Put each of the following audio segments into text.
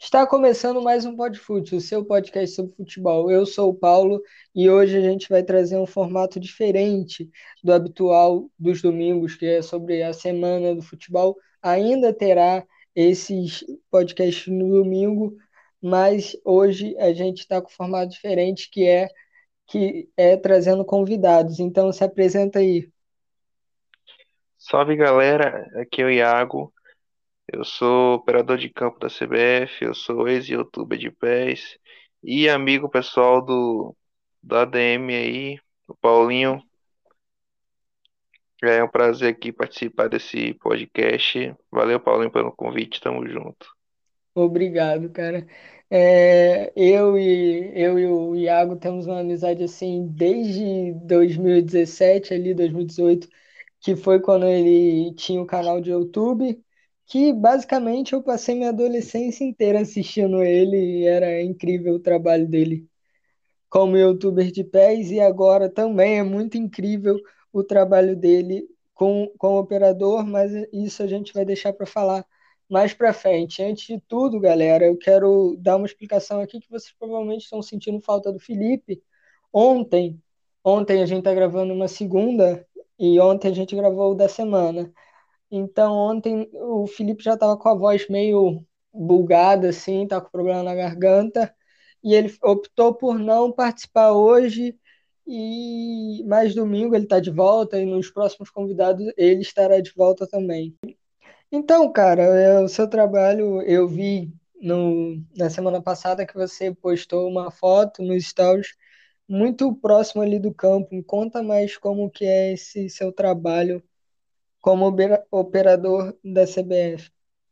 Está começando mais um Podfute, o seu podcast sobre futebol. Eu sou o Paulo e hoje a gente vai trazer um formato diferente do habitual dos domingos, que é sobre a semana do futebol. Ainda terá esses podcasts no domingo, mas hoje a gente está com um formato diferente, que é trazendo convidados. Então se apresenta aí. Salve galera, aqui é o Iago, eu sou operador de campo da CBF, eu sou ex-youtuber de pés e amigo pessoal do ADM aí, o Paulinho. É um prazer aqui participar desse podcast. Valeu, Paulinho, pelo convite, tamo junto. Obrigado, cara. Eu e o Iago temos uma amizade assim desde 2017, ali 2018, que foi quando ele tinha o canal de YouTube, que basicamente eu passei minha adolescência inteira assistindo ele e era incrível o trabalho dele como youtuber de pés e agora também é muito incrível o trabalho dele com o operador, mas isso a gente vai deixar para falar mais para frente. Antes de tudo, galera, eu quero dar uma explicação aqui que vocês provavelmente estão sentindo falta do Felipe. Ontem, ontem a gente está gravando uma segunda e ontem a gente gravou o da semana. Então, ontem o Felipe já estava com a voz meio bugada, assim, tá com problema na garganta, e ele optou por não participar hoje, e mais domingo ele está de volta, e nos próximos convidados ele estará de volta também. Então, cara, o seu trabalho, eu vi na semana passada que você postou uma foto nos stories muito próximo ali do campo. Me conta mais como que é esse seu trabalho como operador da CBF.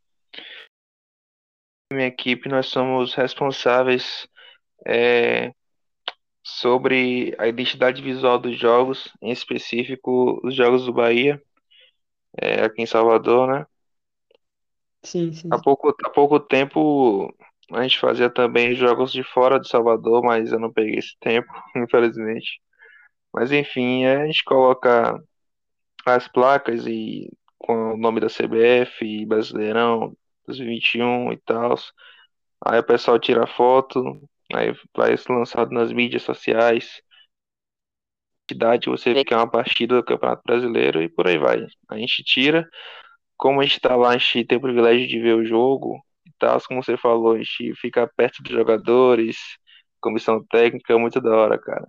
Minha equipe, nós somos responsáveis é, sobre a identidade visual dos jogos, em específico os jogos do Bahia, aqui em Salvador, né? Sim, sim. Há pouco tempo a gente fazia também jogos de fora de Salvador, mas eu não peguei esse tempo, infelizmente. Mas enfim, a gente coloca as placas e com o nome da CBF e Brasileirão 2021 e tal. Aí o pessoal tira foto, aí vai ser lançado nas mídias sociais. Cidade você vê que é uma partida do Campeonato Brasileiro e por aí vai. A gente tira. Como a gente tá lá, a gente tem o privilégio de ver o jogo e tal, como você falou, a gente fica perto dos jogadores, comissão técnica, muito da hora, cara.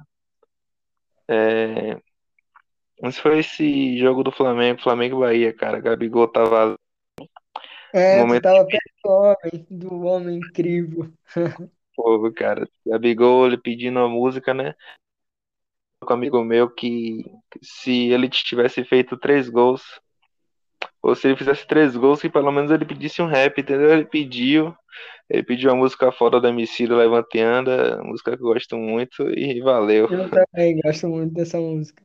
É, mas foi esse jogo do Flamengo, Flamengo e Bahia, cara. Gabigol tava no É, tu momento tava de perto do homem incrível. fogo, cara. Gabigol, ele pedindo a música, né? Com um amigo meu que se ele tivesse feito 3 gols, ou se ele fizesse 3 gols, que pelo menos ele pedisse um rap, entendeu? Ele pediu a música Foda da Emicida, Levante e Anda, música que eu gosto muito, e valeu. Eu também gosto muito dessa música.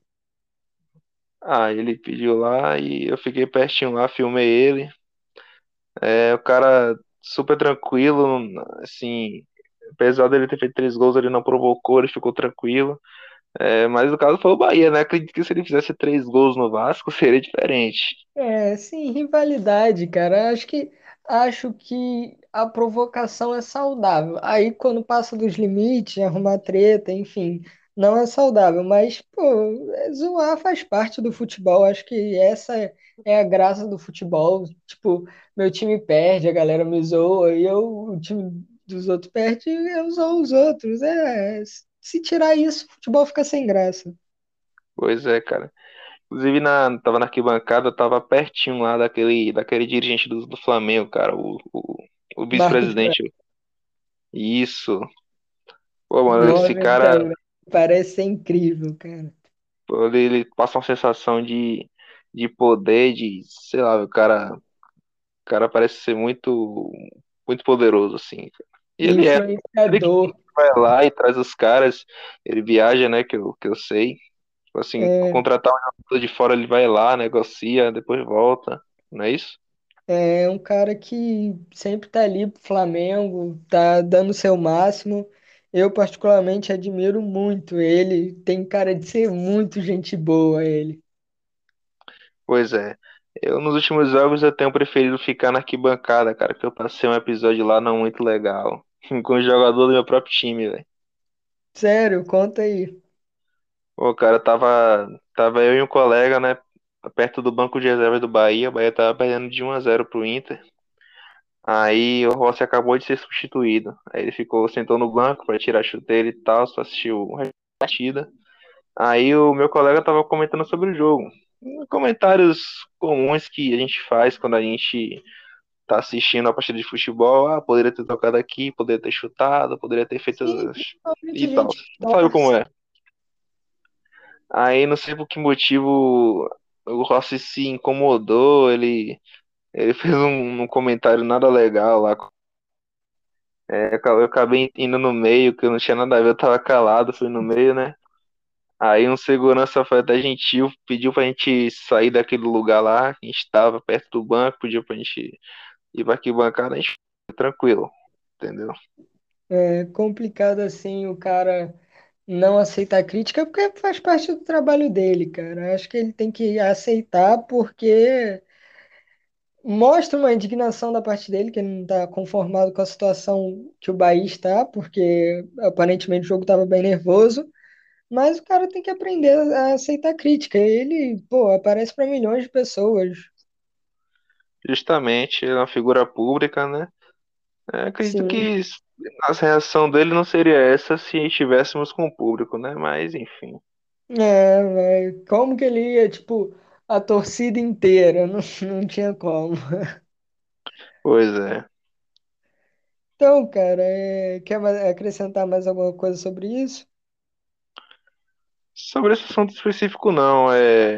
Ah, ele pediu lá e eu fiquei pertinho lá, filmei ele. É, o cara super tranquilo, assim, apesar dele ter feito 3 gols, ele não provocou, ele ficou tranquilo. É, mas o caso foi o Bahia, né? Acredito que se ele fizesse 3 gols no Vasco, seria diferente. É, sim, rivalidade, cara. Acho que a provocação é saudável. Aí quando passa dos limites, arrumar treta, enfim, não é saudável. Mas, pô, zoar faz parte do futebol. Acho que essa é a graça do futebol. Tipo, meu time perde, a galera me zoa, e o time dos outros perde, eu zoo os outros. Se tirar isso, o futebol fica sem graça. Pois é, cara. Inclusive, tava na arquibancada, tava pertinho lá daquele dirigente do Flamengo, cara, o Marcos Braz. vice-presidente. Isso. Pô, O mano, esse nome cara, também parece ser incrível, cara. pô, ele passa uma sensação de poder, sei lá, o cara parece ser muito, muito poderoso, assim. E ele que Influenciador. vai lá e traz os caras, ele viaja, né, que eu sei. Tipo assim, É, contratar um jogador de fora, ele vai lá, negocia, depois volta, não é isso? é um cara que sempre tá ali pro Flamengo, tá dando o seu máximo. Eu particularmente admiro muito ele. Tem cara de ser muito gente boa, ele. Pois é. Eu, nos últimos jogos, eu tenho preferido ficar na arquibancada, cara, que eu passei um episódio lá não muito legal. Com o jogador do meu próprio time, velho. Sério, conta aí. O cara tava eu e um colega, né, perto do banco de reservas do Bahia. O Bahia tava perdendo de 1-0 pro Inter. Aí o Rossi acabou de ser substituído. Aí ele sentou no banco pra tirar a chuteira e tal, só assistiu o resto da partida. Aí o meu colega tava comentando sobre o jogo. Comentários comuns que a gente faz quando a gente tá assistindo a partida de futebol. Ah, poderia ter tocado aqui, poderia ter chutado, poderia ter feito Sim, principalmente e a tal. gente Sabe como torce. é? Aí não sei por que motivo o Rossi se incomodou, ele fez um comentário nada legal lá. Eu acabei indo no meio, que eu não tinha nada a ver, eu tava calado, fui no meio, né? Aí um segurança foi até gentil, pediu pra gente sair daquele lugar lá, a gente tava perto do banco, pediu pra gente ir pra arquibancada, a gente foi tranquilo, entendeu? É complicado assim o cara não aceitar crítica, porque faz parte do trabalho dele, cara. Acho que ele tem que aceitar porque mostra uma indignação da parte dele, que ele não está conformado com a situação que o Bahia está, porque aparentemente o jogo estava bem nervoso, mas o cara tem que aprender a aceitar crítica. Ele, pô, aparece para milhões de pessoas. Justamente, ele é uma figura pública, né? Acredito Sim, que a reação dele não seria essa se estivéssemos com o público, né? Mas enfim, velho. Como que ele ia, tipo, a torcida inteira? Não, não tinha como. pois é. Então, cara, quer acrescentar mais alguma coisa sobre isso? Sobre esse assunto específico, não.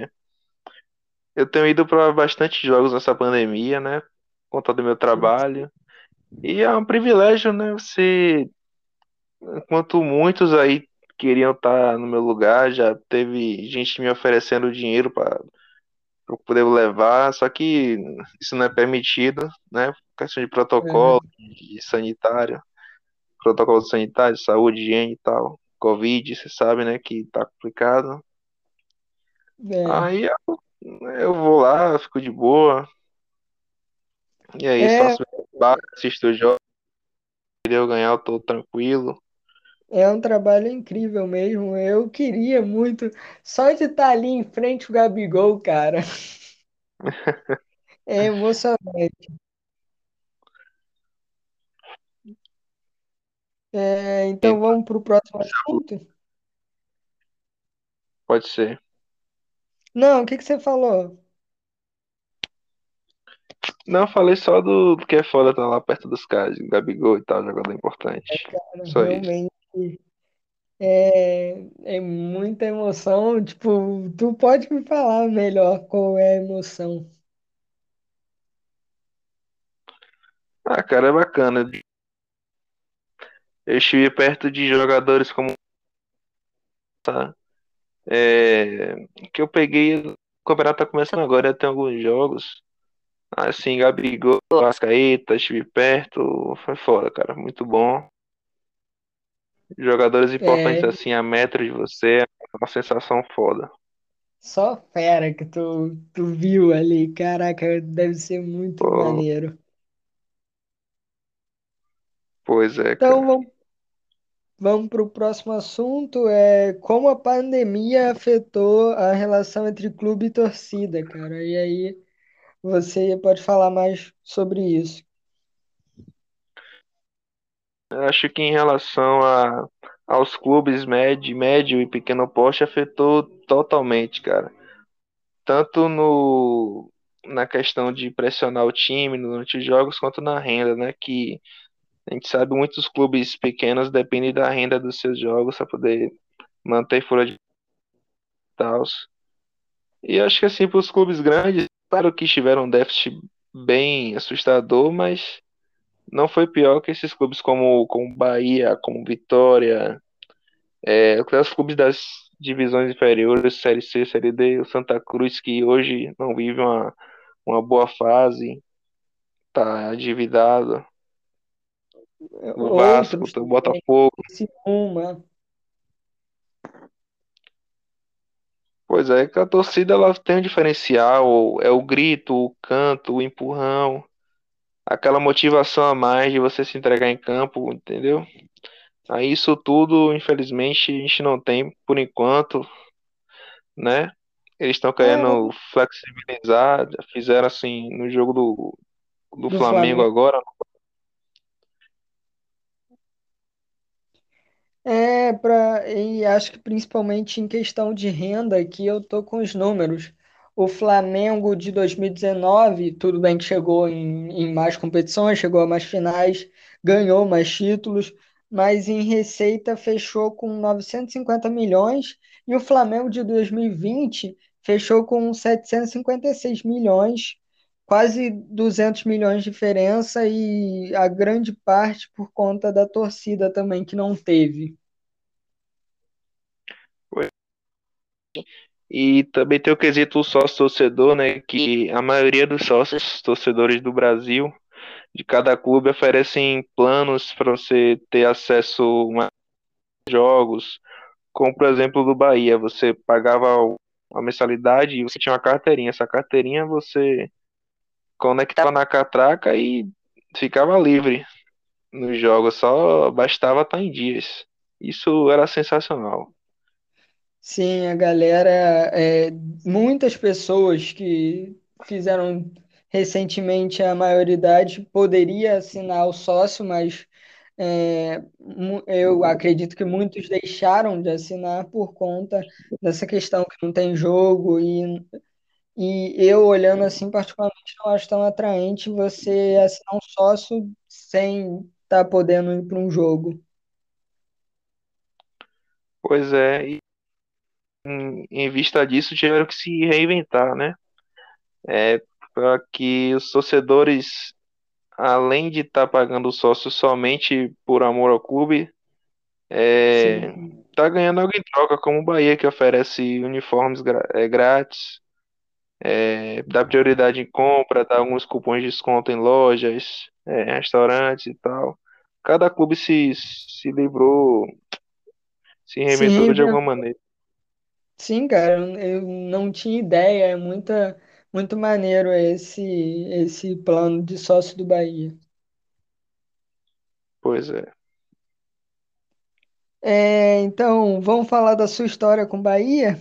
Eu tenho ido para bastante jogos nessa pandemia, né? Por conta do meu trabalho. E é um privilégio, né? Enquanto muitos aí queriam estar no meu lugar, já teve gente me oferecendo dinheiro para eu poder levar, só que isso não é permitido, né? Questão de protocolo, É, de sanitário, protocolo sanitário, saúde, higiene e tal. Covid, você sabe, né? Que tá complicado. é. Aí eu vou lá, fico de boa. E aí, É, faço meu trabalho, assisto o jogo, eu ganhar, eu tô tranquilo. É um trabalho incrível mesmo. Eu queria muito só de estar ali em frente ao Gabigol, cara. É emocionante. Então vamos para o próximo assunto? Pode ser. Não, o que que você falou? Não, eu falei só do que é foda estar lá perto dos caras, Gabigol e tal, jogador importante. Cara, Só isso. realmente é muita emoção. Tipo, tu pode me falar melhor qual é a emoção? Ah, cara, é bacana. Eu estive perto de jogadores como tá, que eu peguei. O campeonato tá começando agora, tem alguns jogos. Assim, Gabigol, Arrascaeta, estive perto. Foi foda, cara. Muito bom. Jogadores importantes É, assim a metro de você é uma sensação foda. só fera que tu viu ali. Caraca, deve ser muito Pô, maneiro. pois é, Então cara. vamos para o próximo assunto, é como a pandemia afetou a relação entre clube e torcida, cara. E aí você pode falar mais sobre isso. Eu acho que em relação aos clubes médio e pequeno porte afetou totalmente, cara. Tanto no, na questão de pressionar o time durante os jogos, quanto na renda, né? Que a gente sabe muitos clubes pequenos dependem da renda dos seus jogos para poder manter folha de tal. E acho que assim, para os clubes grandes, claro que tiveram um déficit bem assustador, mas não foi pior que esses clubes como Bahia, como Vitória, até os clubes das divisões inferiores, Série C, Série D, o Santa Cruz, que hoje não vive uma boa fase, tá endividado. O Vasco, Outros o também, Botafogo, esse uma, Pois é, que a torcida ela tem um diferencial, é o grito, o canto, o empurrão, aquela motivação a mais de você se entregar em campo, entendeu? Aí isso tudo, infelizmente, a gente não tem por enquanto, né? Eles estão É, querendo flexibilizar, já fizeram assim no jogo do do Flamengo Flamengo. agora. E acho que principalmente em questão de renda, aqui eu tô com os números. O Flamengo de 2019, tudo bem que chegou em mais competições, chegou a mais finais, ganhou mais títulos, mas em receita fechou com 950 milhões e o Flamengo de 2020 fechou com 756 milhões, quase 200 milhões de diferença e a grande parte por conta da torcida também que não teve. E também tem o quesito sócio-torcedor, né? Que a maioria dos sócios torcedores do Brasil, de cada clube, oferecem planos para você ter acesso a jogos, como por exemplo do Bahia. Você pagava a mensalidade e você tinha uma carteirinha. Essa carteirinha você conectava na catraca e ficava livre nos jogos, só bastava estar em dias. Isso era sensacional. Sim, a galera, muitas pessoas que fizeram recentemente a maioridade poderia assinar o sócio, mas eu acredito que muitos deixaram de assinar por conta dessa questão que não tem jogo e eu olhando assim particularmente não acho tão atraente você assinar um sócio sem estar podendo ir para um jogo. Pois é, e em vista disso tiveram que se reinventar, né? É para que os torcedores, além de estar pagando o sócio somente por amor ao clube, Sim, tá ganhando algo em troca, como o Bahia, que oferece uniformes grátis, dá prioridade em compra, dá alguns cupons de desconto em lojas, restaurantes e tal. Cada clube se livrou, se se reinventou de alguma maneira. Sim, cara, eu não tinha ideia, muito maneiro esse plano de sócio do Bahia. Pois é. Então, vamos falar da sua história com o Bahia?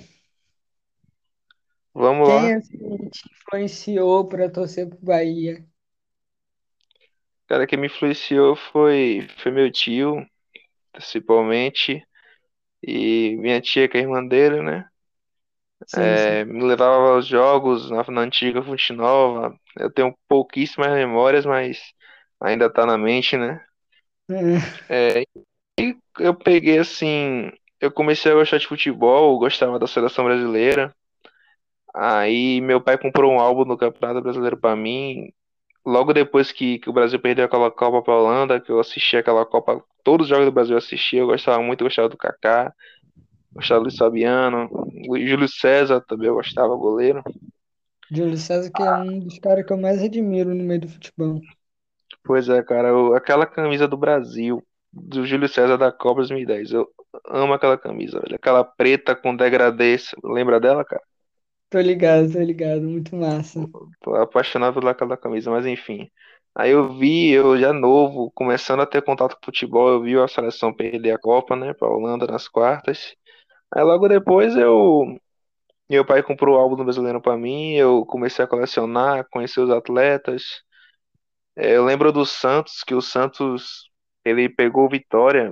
Vamos Quem lá. assim, te influenciou para torcer pro Bahia? Cara, que me influenciou foi meu tio, principalmente, e minha tia, que é irmã dele, né? Sim, sim. Me levava aos jogos na antiga Fonte Nova. Eu tenho pouquíssimas memórias, mas ainda tá na mente, né? É, eu peguei assim, eu comecei a gostar de futebol, gostava da seleção brasileira. Aí meu pai comprou um álbum do Campeonato Brasileiro pra mim. Logo depois que o Brasil perdeu aquela Copa pra Holanda, que eu assisti aquela Copa, todos os jogos do Brasil eu assisti, eu gostava muito, eu gostava do Kaká, gostava do Luiz Fabiano, o Júlio César também eu gostava, goleiro. Júlio César, que é um dos caras que eu mais admiro no meio do futebol. Pois é, cara, aquela camisa do Brasil, do Júlio César da Copa 2010, eu amo aquela camisa, velho. Aquela preta com degradê, lembra dela, cara? Tô ligado, muito massa. Tô apaixonado pelaquela camisa, mas enfim. Aí eu vi, eu já novo, começando a ter contato com futebol, eu vi a seleção perder a Copa, né, pra Holanda nas quartas. Aí logo depois meu pai comprou o álbum do brasileiro pra mim, eu comecei a colecionar, conhecer os atletas. Eu lembro do Santos, que o Santos ele pegou o Vitória,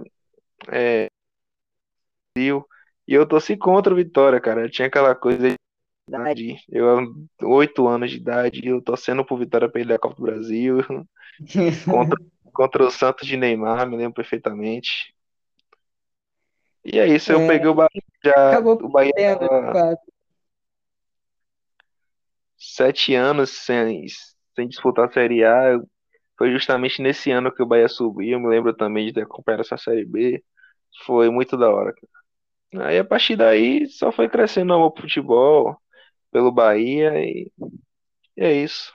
viu? E eu torci contra o Vitória, cara. Eu tinha aquela coisa de idade, eu 8 anos de idade, eu torcendo pro Vitória perder a Copa do Brasil, contra, contra o Santos de Neymar, me lembro perfeitamente. E é isso, eu É, peguei o Bahia já, acabou o Bahia perdendo, de tava fato. 7 anos sem disputar a Série A. Foi justamente nesse ano que o Bahia subiu. Eu me lembro também de ter acompanhado essa Série B. Foi muito da hora, cara. Aí a partir daí só foi crescendo o amor pro futebol, pelo Bahia e é isso.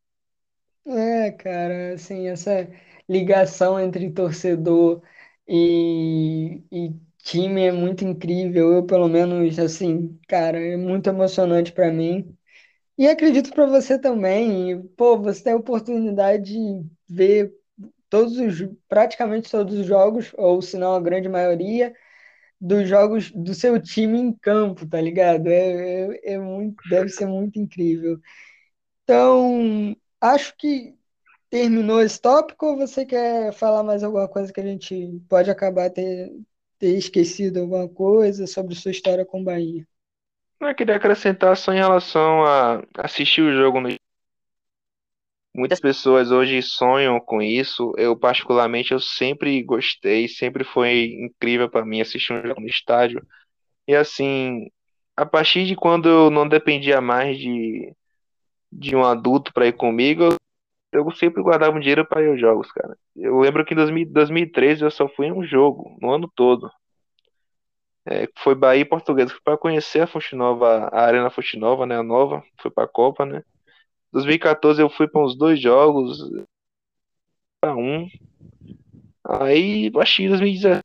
Cara, assim, essa ligação entre torcedor e time é muito incrível. Eu, pelo menos, assim, cara, é muito emocionante para mim. E acredito para você também. E, pô, você tem a oportunidade de ver praticamente todos os jogos, ou se não a grande maioria, dos jogos do seu time em campo, tá ligado? Deve ser muito incrível. Então, acho que terminou esse tópico ou você quer falar mais alguma coisa que a gente pode acabar ter esquecido alguma coisa sobre sua história com o Bahia? Eu queria acrescentar só em relação a assistir o jogo no. Muitas pessoas hoje sonham com isso. Eu, particularmente, eu sempre gostei, sempre foi incrível para mim assistir um jogo no estádio. E assim, a partir de quando eu não dependia mais de um adulto para ir comigo, eu sempre guardava um dinheiro para ir aos jogos, cara. Eu lembro que em 2013 eu só fui em um jogo, no ano todo. Foi Bahia e Portuguesa. Fui para conhecer a Fonte Nova, a Arena Fonte Nova, né? A nova. Fui para a Copa, né? 2014 eu fui para uns dois jogos, para um. Aí, acho que em 2017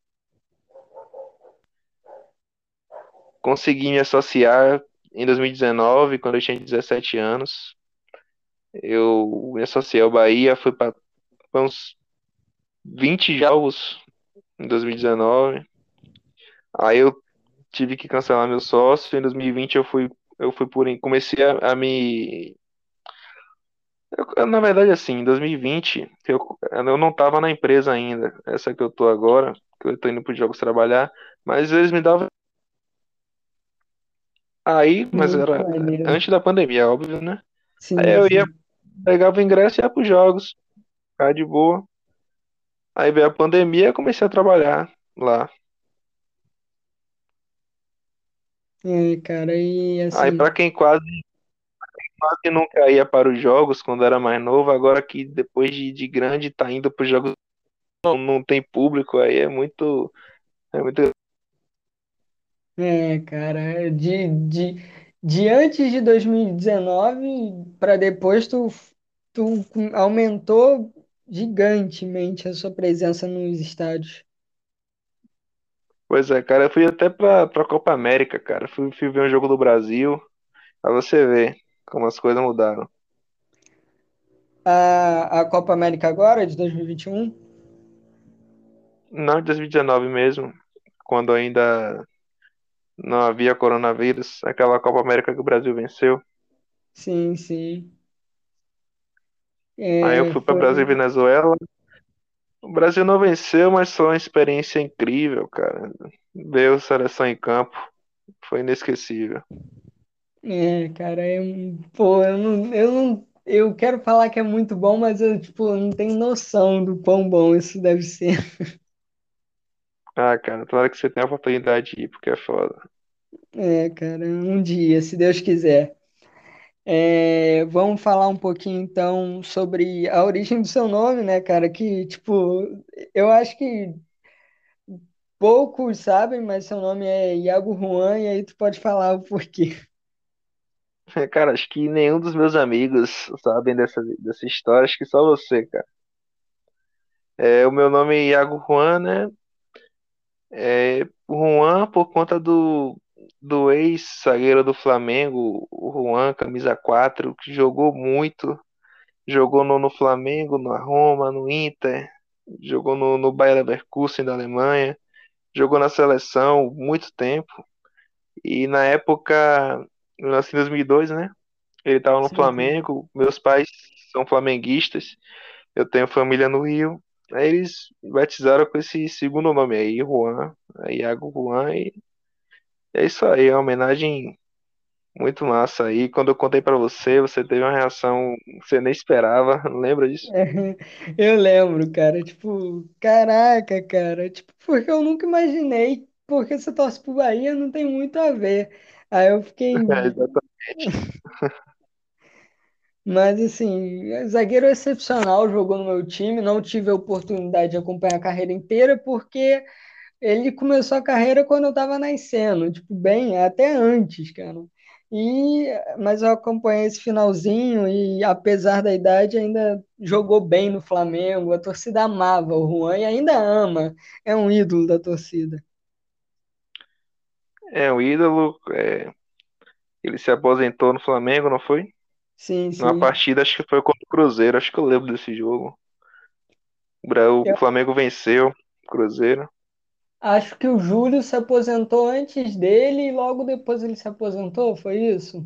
consegui me associar em 2019, quando eu tinha 17 anos. Eu me associei ao Bahia, fui para uns 20 jogos em 2019. Aí eu tive que cancelar meu sócio. Em 2020 eu fui comecei a me. Na verdade, assim, em 2020 eu não estava na empresa ainda, essa que eu tô agora, que eu tô indo para os jogos trabalhar, mas eles me davam. Aí, mas Muito era maneiro. antes da pandemia, óbvio, né? Aí Sim, eu ia, sim. pegava o ingresso e ia pros jogos, ficava de boa. Aí veio a pandemia e comecei a trabalhar lá. É, cara, e Aí assim, pra quem quase nunca ia para os jogos quando era mais novo, agora que depois de grande tá indo pros jogos, não tem público, aí é muito. cara, de antes de 2019 para depois tu aumentou gigantemente a sua presença nos estádios. Pois é, cara, eu fui até pra Copa América, cara. Fui ver um jogo do Brasil, pra você ver como as coisas mudaram. A Copa América agora, de 2021? Não em 2019 mesmo, quando ainda não havia coronavírus, aquela Copa América que o Brasil venceu. Sim, sim. Aí eu É, fui para Brasil e foi, Venezuela. O Brasil não venceu, mas foi uma experiência incrível, cara. Ver a seleção em campo foi inesquecível. cara, pô, eu quero falar que é muito bom, mas eu, tipo, não tenho noção do quão bom isso deve ser. Ah, cara, tomara que você tenha a oportunidade de ir, porque é foda. É, cara, um dia, se Deus quiser. Vamos falar um pouquinho então sobre a origem do seu nome, né, cara? Que, tipo, eu acho que poucos sabem, mas seu nome é Iago Juan, e aí tu pode falar o porquê. Cara, acho que nenhum dos meus amigos sabem dessa história, acho que só você, cara. O meu nome é Iago Juan, né? Juan por conta do ex-zagueiro do Flamengo, o Juan, camisa 4 que jogou muito. Jogou no Flamengo, na Roma, no Inter, jogou no Bayer Leverkusen da Alemanha, jogou na seleção muito tempo. E na época, eu nasci em 2002, né? Ele estava no Sim, sim. Flamengo, meus pais são flamenguistas, eu tenho família no Rio. Aí eles batizaram com esse segundo nome aí, Juan, aí Iago Juan, e é isso aí, é uma homenagem muito massa aí. Quando eu contei pra você, você teve uma reação que você nem esperava, lembra disso? Eu lembro, cara, tipo, caraca, cara, tipo, porque eu nunca imaginei, porque você torce pro Bahia não tem muito a ver. Aí eu fiquei. Exatamente. Mas assim, zagueiro excepcional, jogou no meu time, não tive a oportunidade de acompanhar a carreira inteira, porque ele começou a carreira quando eu estava nascendo, tipo, bem, até antes, cara. Mas eu acompanhei esse finalzinho e, apesar da idade, ainda jogou bem no Flamengo. A torcida amava o Juan e ainda ama. É um ídolo da torcida. o ídolo. Ele se aposentou no Flamengo, não foi? Sim, Numa sim. partida, acho que foi contra o Cruzeiro. Acho que eu lembro desse jogo. O Eu Flamengo venceu o Cruzeiro. acho que o Júlio se aposentou antes dele e logo depois ele se aposentou, foi isso?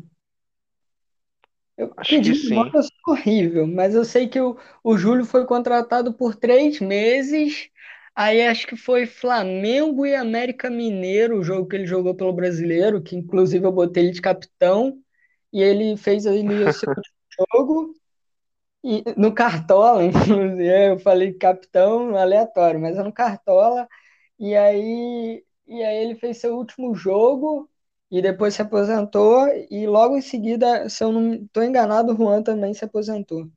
Acho Porque de que sim. memória eu sou horrível, mas eu sei que o Júlio foi contratado por 3 meses. Aí acho que foi Flamengo e América Mineiro, o jogo que ele jogou pelo Brasileiro, que inclusive eu botei ele de capitão, e ele fez ali o seu jogo. E no Cartola, inclusive, eu falei capitão aleatório, mas é no Cartola. E aí ele fez seu último jogo e depois se aposentou. E logo em seguida, se eu não estou enganado, o Juan também se aposentou.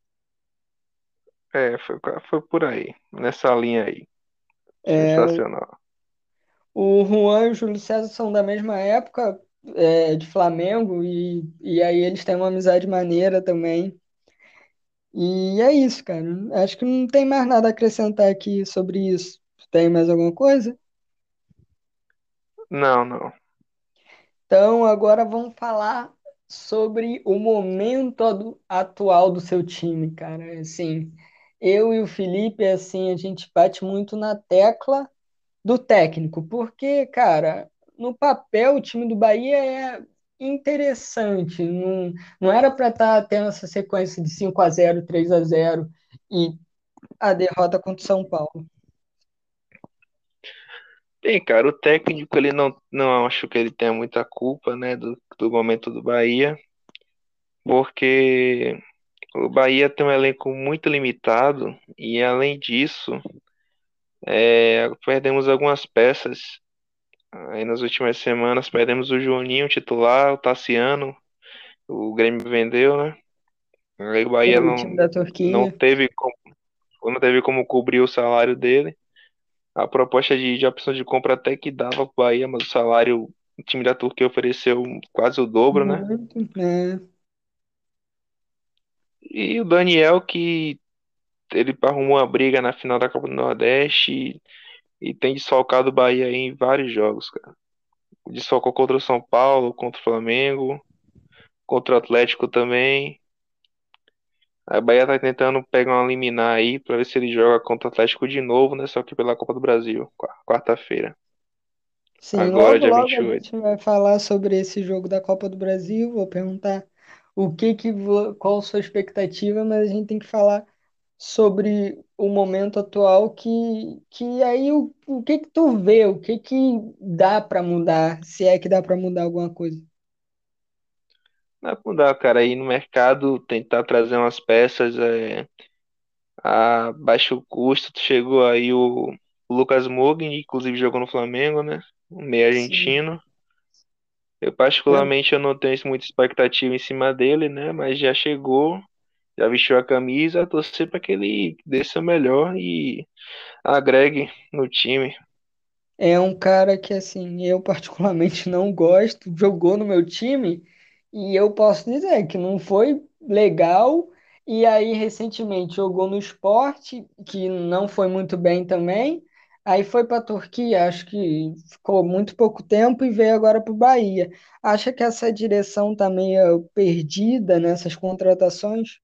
Foi por aí. Nessa linha aí. É, Sensacional. o Juan e o Júlio César são da mesma época, de Flamengo, e aí eles têm uma amizade maneira também. E é isso, cara. Acho que não tem mais nada a acrescentar aqui sobre isso. Tem mais alguma coisa? Não, não. Então, agora vamos falar sobre o momento atual do seu time, cara. Assim, eu e o Felipe, assim, a gente bate muito na tecla do técnico, porque, cara, no papel o time do Bahia é interessante. Não era para estar tendo essa sequência de 5-0, 3-0 e a derrota contra o São Paulo. Bem, cara, o técnico, ele não acho que ele tenha muita culpa, né, do momento do Bahia, porque o Bahia tem um elenco muito limitado e, além disso, perdemos algumas peças. Aí nas últimas semanas perdemos o Juninho, titular, o Tassiano, o Grêmio vendeu, né? Aí o Bahia O time da não Turquia. teve como, não teve como cobrir o salário dele. A proposta de opção de compra até que dava pro Bahia, mas o salário, o time da Turquia ofereceu quase o dobro, né? Muito, né? E o Daniel, que ele arrumou uma briga na final da Copa do Nordeste e tem desfalcado o Bahia aí em vários jogos, cara. Desfalcou contra o São Paulo, contra o Flamengo, contra o Atlético também. A Bahia tá tentando pegar uma liminar aí pra ver se ele joga contra o Atlético de novo, né? Só que pela Copa do Brasil, quarta-feira. Sim, Agora, logo dia logo a 28. gente vai falar sobre esse jogo da Copa do Brasil. Vou perguntar qual a sua expectativa, mas a gente tem que falar sobre o momento atual que aí o que que tu vê, o que que dá para mudar, se é que dá para mudar alguma coisa. Dá pra mudar, cara, aí no mercado, tentar trazer umas peças a baixo custo. Chegou aí o Lucas Mugni, inclusive jogou no Flamengo, né? Um meio Sim. argentino. Eu É, particularmente eu não tenho muita expectativa em cima dele, né? Mas já chegou, já vestiu a camisa, torcer para que ele dê seu melhor e agregue no time. é um cara que, assim, eu particularmente não gosto, jogou no meu time, e eu posso dizer que não foi legal. E aí, recentemente, jogou no esporte, que não foi muito bem também. Aí foi para a Turquia, acho que ficou muito pouco tempo e veio agora para o Bahia. Acha que essa direção está meio perdida nessas contratações?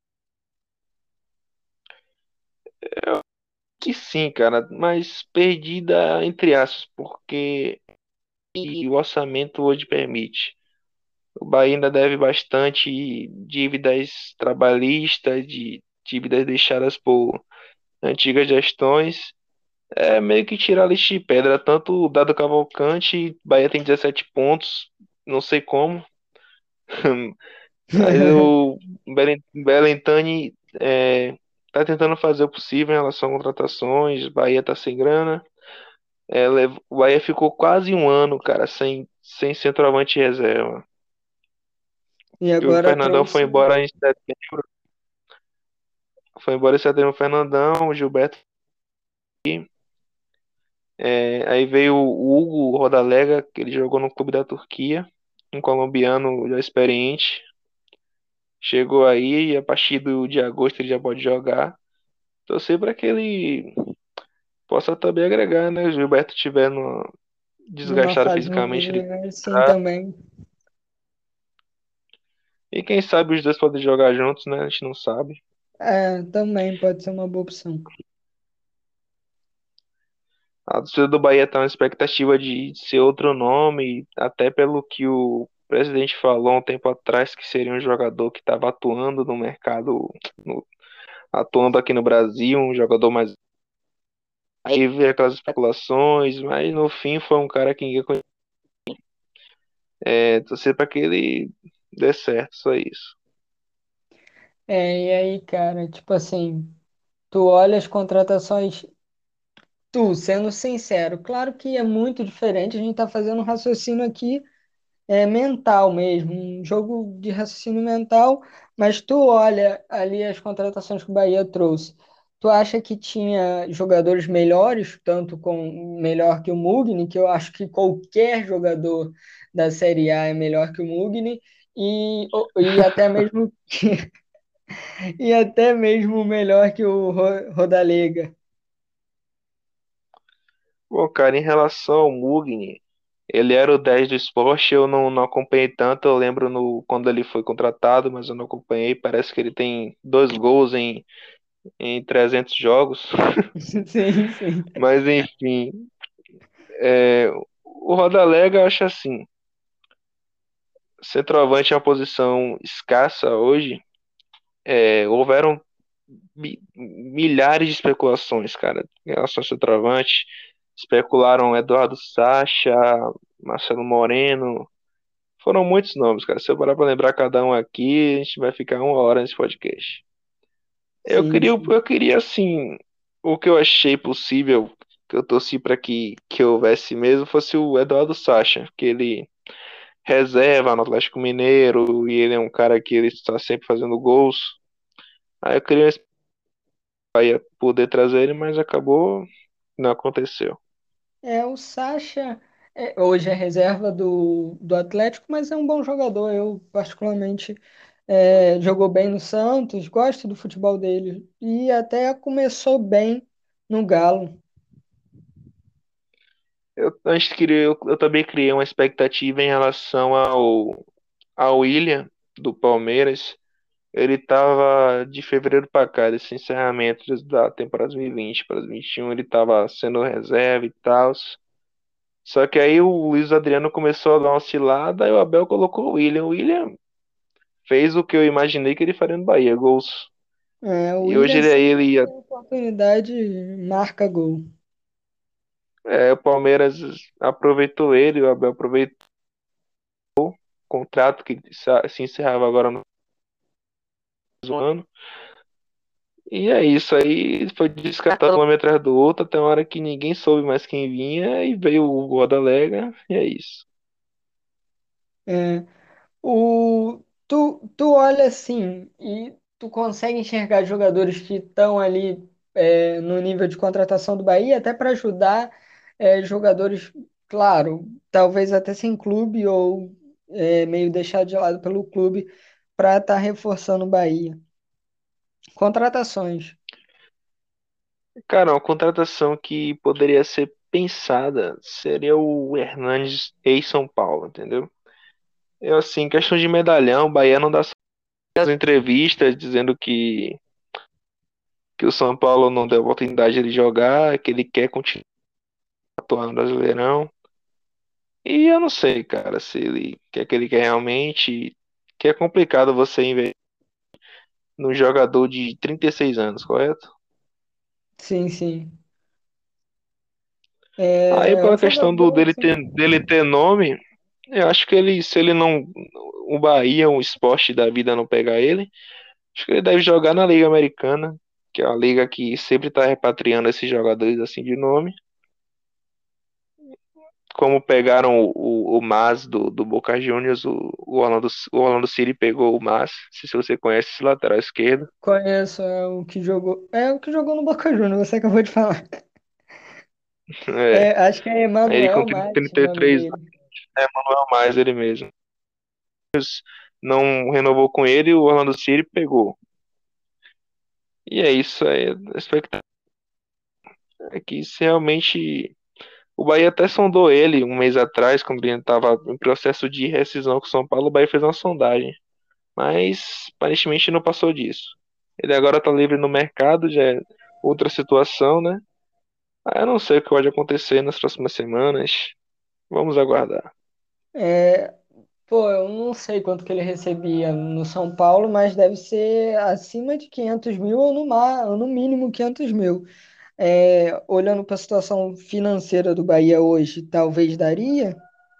Que sim, cara, mas perdida entre aspas, porque o orçamento hoje permite. O Bahia ainda deve bastante dívidas trabalhistas, de dívidas deixadas por antigas gestões. É meio que tirar lixo de pedra. Tanto o Dado Cavalcante, Bahia tem 17 pontos, não sei como. Aí o Belentani tá tentando fazer o possível em relação a contratações. Bahia tá sem grana. O Bahia ficou quase um ano, cara, sem centroavante reserva. E E o agora Fernandão foi trouxe. embora em setembro. Foi embora em setembro o Fernandão, o Gilberto. Aí veio o Hugo Rodalega, que ele jogou no clube da Turquia, um colombiano já experiente. Chegou aí e a partir de agosto ele já pode jogar. Torcer para que ele possa também agregar, né? O Gilberto estiver numa desgastado fase fisicamente. ruim, né? Sim, também. E quem sabe os dois podem jogar juntos, né? A gente não sabe. É, também pode ser uma boa opção. A torcida do Bahia tá na expectativa de ser outro nome, até pelo que o presidente falou um tempo atrás, que seria um jogador que estava atuando no mercado, no- atuando aqui no Brasil, um jogador mais. Aí veio aquelas especulações, mas no fim foi um cara que ninguém conhece. Torcer para que ele dê certo, só isso. É, e aí, cara, tipo assim, tu olha as contratações, tu, sendo sincero, claro que é muito diferente, a gente tá fazendo um raciocínio aqui mental mesmo, um jogo de raciocínio mental, mas tu olha ali as contratações que o Bahia trouxe. Tu acha que tinha jogadores melhores, tanto com melhor que o Mugni, que eu acho que qualquer jogador da Série A é melhor que o Mugni, e até mesmo e até mesmo melhor que o Rodalega. Bom, cara, em relação ao Mugni, ele era o 10 do esporte, eu não acompanhei tanto, eu lembro quando ele foi contratado, mas eu não acompanhei, parece que ele tem 2 gols em 300 jogos, Sim, sim. mas enfim, o Rodalega eu acho assim, centroavante é uma posição escassa hoje, houveram milhares de especulações, cara, em relação ao centroavante, especularam Eduardo Sacha, Marcelo Moreno. Foram muitos nomes, cara. Se eu parar pra lembrar cada um aqui, a gente vai ficar 1 hora nesse podcast. Sim, sim. Eu queria assim, o que eu achei possível, que eu torci pra que houvesse mesmo, fosse o Eduardo Sacha, que ele reserva no Atlético Mineiro e ele é um cara que ele está sempre fazendo gols. Aí eu queria poder trazer ele, mas acabou, não aconteceu. O Sacha hoje é reserva do Atlético, mas é um bom jogador. Eu, particularmente, jogou bem no Santos, gosto do futebol dele. E até começou bem no Galo. Eu também criei uma expectativa em relação ao William do Palmeiras. Ele tava de fevereiro para cá, desse encerramento da temporada 2020 para 2021, ele tava sendo reserva e tal. Só que aí o Luiz Adriano começou a dar uma oscilada e o Abel colocou o William. O William fez o que eu imaginei que ele faria no Bahia, gols. O E hoje William ele, sempre que ele tem oportunidade, marca gol. o Palmeiras aproveitou ele, o Abel aproveitou o contrato que se encerrava agora no ano. E é isso aí, foi descartado um homem atrás do outro, até uma hora que ninguém soube mais quem vinha, e veio o Rodalega, e é isso. É, tu olha assim e tu consegue enxergar jogadores que estão ali no nível de contratação do Bahia, até para ajudar jogadores, claro, talvez até sem clube ou meio deixado de lado pelo clube para estar reforçando o Bahia. Contratações. Cara, uma contratação que poderia ser pensada seria o Hernanes ex-São Paulo, entendeu? Eu, assim, questão de medalhão, o Bahia não dá as entrevistas dizendo que o São Paulo não deu oportunidade de jogar, que ele quer continuar atuando no Brasileirão. E eu não sei, cara, se ele quer que ele quer realmente, que é complicado você investir num jogador de 36 anos, correto? Sim, sim. Aí É um pela questão jogador assim. dele ter nome, eu acho que ele, se ele não, o Bahia, um esporte da vida não pegar ele, acho que ele deve jogar na Liga Americana, que é uma liga que sempre está repatriando esses jogadores assim de nome. Como pegaram o Mas do Boca Juniors, o Orlando City pegou o Mas, não sei se você conhece esse lateral esquerdo. Conheço, é o que jogou no Boca Juniors, você acabou de falar. É, Acho que é aí ele com Emanuel Mate o nome 33 dele. Manuel Mais ele mesmo. Não renovou com ele, o Orlando City pegou. E é isso aí, a expectativa é que se realmente O Bahia até sondou ele um mês atrás, quando ele estava em processo de rescisão com o São Paulo. O Bahia fez uma sondagem, mas aparentemente não passou disso. Ele agora está livre no mercado, já é outra situação, né? Eu não sei o que pode acontecer nas próximas semanas. Vamos aguardar. É, pô, eu não sei quanto que ele recebia no São Paulo, mas deve ser acima de 500 mil ou no mínimo 500 mil. Olhando para a situação financeira do Bahia hoje, talvez daria?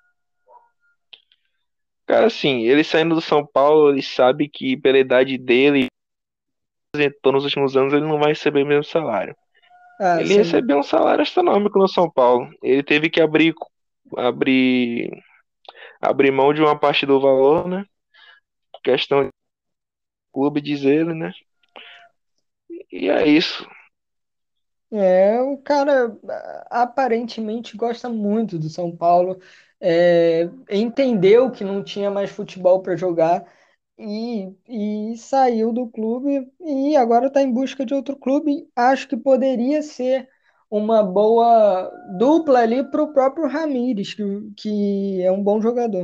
Cara, assim, ele saindo do São Paulo, ele sabe que pela idade dele, apresentou nos últimos anos, ele não vai receber o mesmo salário. Ah, Ele sim. recebeu um salário astronômico no São Paulo. Ele teve que abrir, abrir mão de uma parte do valor, né? Questão de clube, diz ele, né? E é isso. O cara aparentemente gosta muito do São Paulo, entendeu que não tinha mais futebol para jogar e saiu do clube e agora está em busca de outro clube. Acho que poderia ser uma boa dupla ali para o próprio Ramires, que é um bom jogador.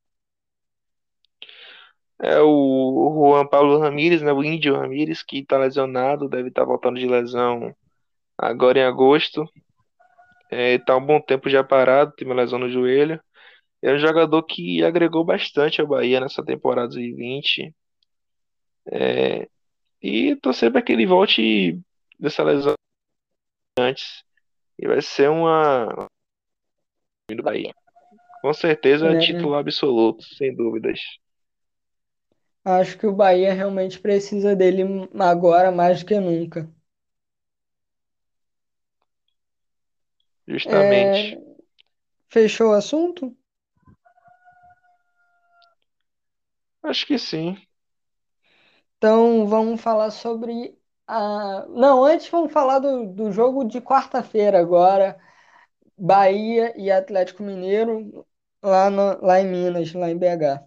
É o Juan Pablo Ramírez, né? O Índio Ramírez, que tá lesionado, deve estar voltando de lesão agora em agosto. Tá um bom tempo já parado, tem uma lesão no joelho. É um jogador que agregou bastante ao Bahia nessa temporada 2020. É, e torcer para que ele volte dessa lesão antes. E vai ser uma do Bahia. Com certeza É, título absoluto, sem dúvidas. acho que o Bahia realmente precisa dele agora mais do que nunca. Justamente. É, fechou o assunto? Acho que sim. Então vamos falar sobre a. Não, antes vamos falar do jogo de quarta-feira agora. Bahia e Atlético Mineiro lá, lá em Minas, lá em BH.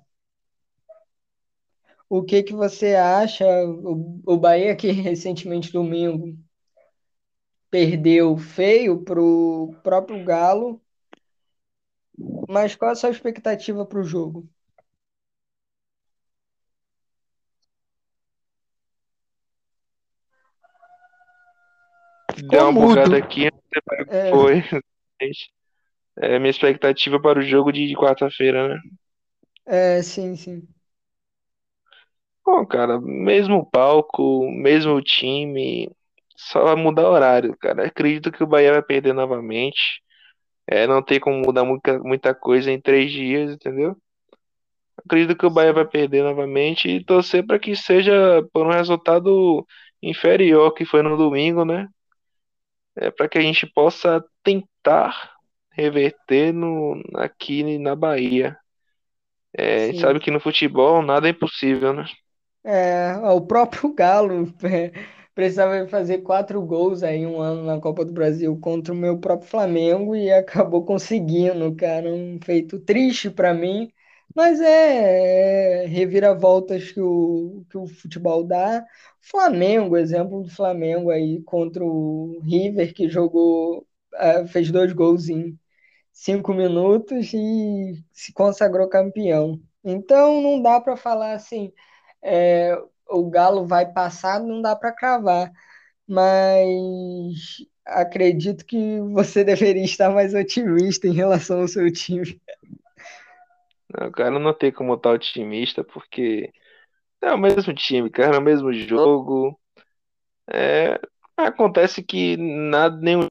O que que você acha? O Bahia que recentemente domingo perdeu feio pro próprio Galo, mas qual a sua expectativa para o jogo? Ficou Deu uma mudo. bugada aqui, não sei para o que É, foi. Minha expectativa para o jogo de quarta-feira, né? sim, sim. Bom, cara, mesmo palco, mesmo time, só vai mudar o horário, cara. Acredito que o Bahia vai perder novamente. Não tem como mudar muita coisa em 3 dias, entendeu? Acredito que o Bahia vai Sim. perder novamente e torcer para que seja por um resultado inferior ao que foi no domingo, né? Para que a gente possa tentar reverter aqui na Bahia. A gente sabe Sim. que no futebol nada é impossível, né? O próprio Galo precisava fazer 4 gols aí um ano na Copa do Brasil contra o meu próprio Flamengo e acabou conseguindo, cara. Um feito triste para mim, mas reviravoltas que o futebol dá. Flamengo, exemplo do Flamengo aí contra o River, que jogou, fez 2 gols em 5 minutos e se consagrou campeão. Então não dá para falar assim, é, o Galo vai passar, não dá para cravar, mas acredito que você deveria estar mais otimista em relação ao seu time. O cara não tem como estar otimista, porque é o mesmo time, cara, é o mesmo jogo. É, acontece que nada, nenhum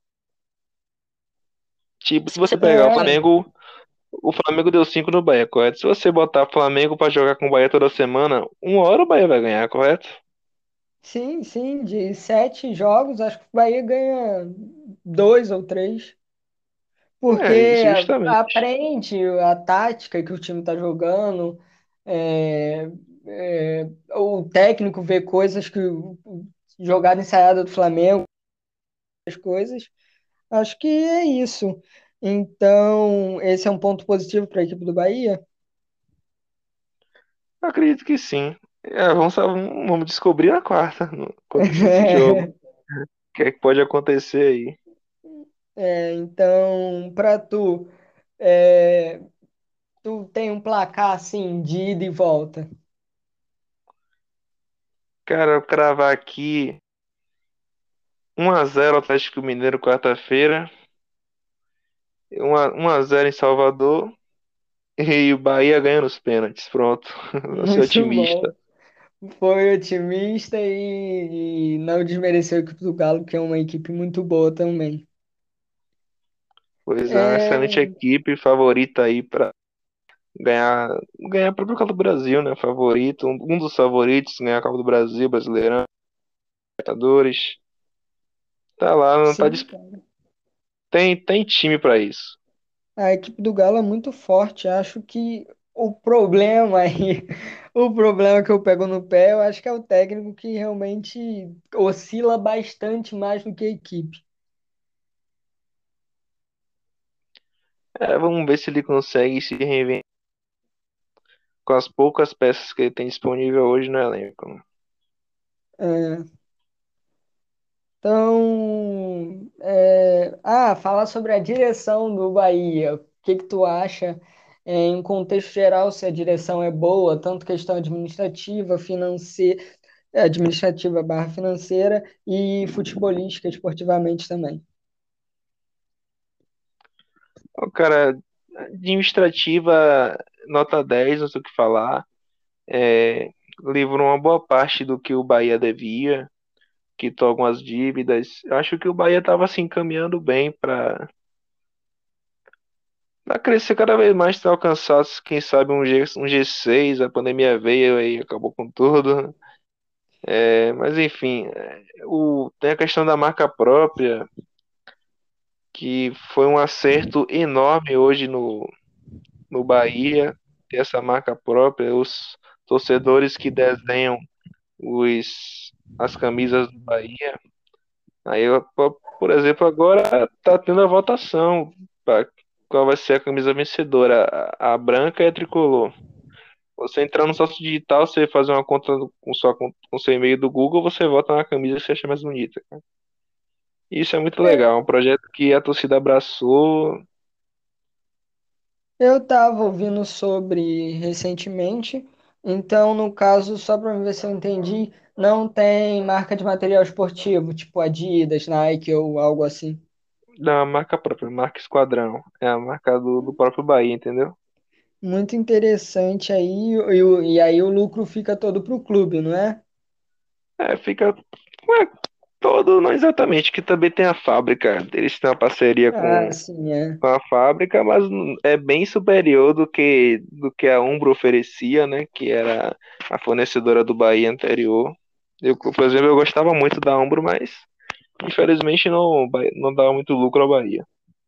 tipo. Se você pegar É, o Flamengo deu 5 no Bahia, correto? Se você botar Flamengo pra jogar com o Bahia toda semana, uma hora o Bahia vai ganhar, correto? sim, sim, de 7 jogos, acho que o Bahia ganha 2 ou 3. Porque Justamente. aprende a tática que o time está jogando, é, o técnico vê coisas que jogada ensaiada do Flamengo, as coisas. Acho que é isso. Então, esse é um ponto positivo para a equipe do Bahia. Acredito que sim. Vamos descobrir na quarta, quando for esse jogo. O que é que pode acontecer aí? Então, pra tu, é, tu tem um placar assim de ida e volta. Cara, eu cravar aqui 1-0 Atlético Mineiro quarta-feira, 1-0 em Salvador e o Bahia ganha nos pênaltis. Pronto, vou ser Muito otimista. bom. Foi otimista e não desmereceu a equipe do Galo, que é uma equipe muito boa também. Pois é, uma excelente É, equipe, favorita aí pra ganhar, ganhar a própria Copa do Brasil, né? Favorito, um dos favoritos, ganhar a Copa do Brasil, Brasileirão, Libertadores. Tá lá, não tá sim, cara. tem time pra isso. A equipe do Galo é muito forte. Acho que o problema aí, o problema que eu pego no pé, eu acho que é o técnico que realmente oscila bastante mais do que a equipe. É, vamos ver se ele consegue se reinventar com as poucas peças que ele tem disponível hoje no elenco, né? É, então, falar sobre a direção do Bahia. O que que tu acha, em contexto geral, se a direção é boa, tanto questão administrativa, financeira, administrativa barra financeira e futebolística, esportivamente também. O cara, administrativa, nota 10, não sei o que falar. É, livrou uma boa parte do que o Bahia devia, quitou algumas dívidas. Eu acho que o Bahia estava se encaminhando bem para crescer cada vez mais, para alcançar, quem sabe, um G6. A pandemia veio e acabou com tudo. É, mas enfim, tem a questão da marca própria, que foi um acerto enorme hoje no Bahia, ter essa marca própria, os torcedores que desenham as camisas do Bahia. Aí, por exemplo, agora tá tendo a votação para qual vai ser a camisa vencedora, a branca e a tricolor. Você entrar no sócio digital, você fazer uma conta com seu e-mail do Google, você vota na camisa que você acha mais bonita. Isso é muito legal, é um projeto que a torcida abraçou. Eu estava ouvindo sobre recentemente, então, no caso, só para ver se eu entendi, não tem marca de material esportivo, tipo Adidas, Nike ou algo assim. Da marca própria, marca Esquadrão. É a marca do próprio Bahia, entendeu? Muito interessante aí, e aí o lucro fica todo pro clube, não é? É, fica. Ué, todo, não exatamente, que também tem a fábrica. Eles têm uma parceria Ah, sim, é. com a fábrica, mas é bem superior do que a Umbro oferecia, né? Que era a fornecedora do Bahia anterior. Eu, por exemplo, eu gostava muito da Umbro, mas infelizmente não dava muito lucro ao Bahia.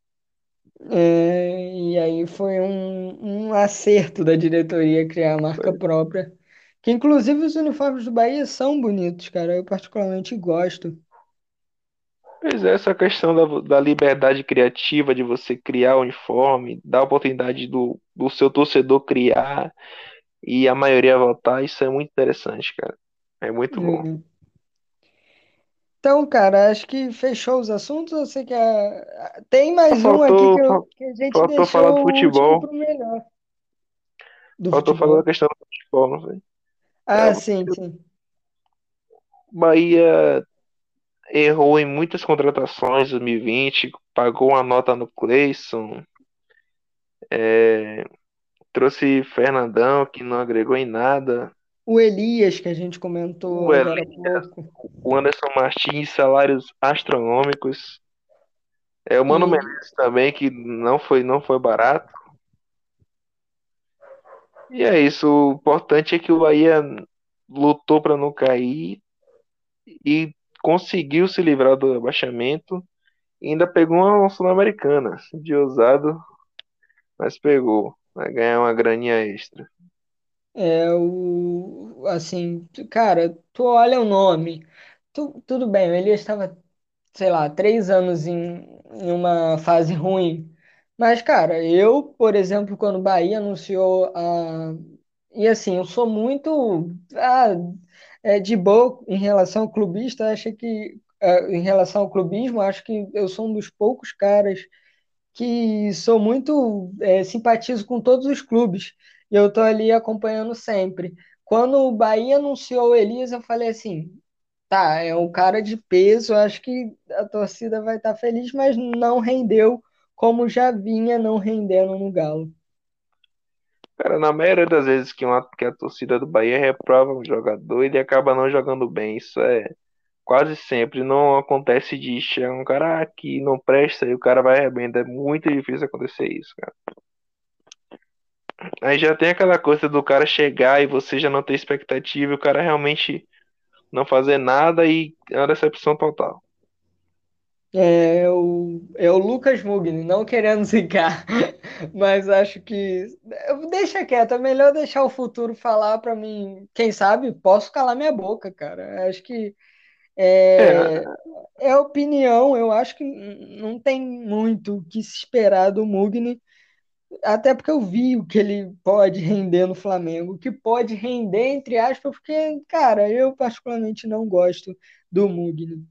E aí foi um acerto da diretoria criar a marca própria. Que inclusive os uniformes do Bahia são bonitos, cara. Eu particularmente gosto. Pois é, essa questão da liberdade criativa de você criar o uniforme, dar a oportunidade do seu torcedor criar e a maioria votar, isso é muito interessante, cara. É muito bom. Hum. Então, cara, acho que fechou os assuntos. Ou você quer. Tem Só mais um aqui faltou, que a gente faltou falar do deixou o último futebol. pro melhor. Do Faltou falar da futebol. questão do futebol, não sei. É, Ah, o sim, sim. Bahia errou em muitas contratações em 2020, pagou uma nota no Cleison, é, trouxe Fernandão, que não agregou em nada. O Elias, que a gente comentou O agora há Elias, pouco. o Anderson Martins, salários astronômicos. É o Mano E Menezes também, que não foi barato. E é isso. O importante é que o Bahia lutou para não cair e conseguiu se livrar do abaixamento. E ainda pegou uma Sul-Americana, de ousado, mas pegou. Vai ganhar uma graninha extra. assim, cara, tu olha o nome. Tudo bem, o Elias estava, sei lá, 3 anos em uma fase ruim. Mas, cara, eu, por exemplo, quando o Bahia anunciou a. E assim, eu sou muito de boa em relação ao clubista. Acho que. em relação ao clubismo, acho que eu sou um dos poucos caras que sou muito simpatizo com todos os clubes e eu tô ali acompanhando sempre. Quando o Bahia anunciou o Elias, eu falei assim, tá, é um cara de peso, acho que a torcida vai estar feliz, mas não rendeu como já vinha não rendendo no Galo. Cara, na maioria das vezes que a torcida do Bahia reprova um jogador, ele acaba não jogando bem. Isso é quase sempre. Não acontece de chegar um cara que não presta e o cara vai arrebenta. É muito difícil acontecer isso, cara. Aí já tem aquela coisa do cara chegar e você já não ter expectativa e o cara realmente não fazer nada e é uma decepção total. É o Lucas Mugni, não querendo zicar, mas acho que deixa quieto, é melhor deixar o futuro falar para mim. Quem sabe posso calar minha boca, cara. Acho que É, é, é opinião, eu acho que não tem muito o que se esperar do Mugni, até porque eu vi o que ele pode render no Flamengo, o que pode render, entre aspas, porque, cara, eu particularmente não gosto do Mugni.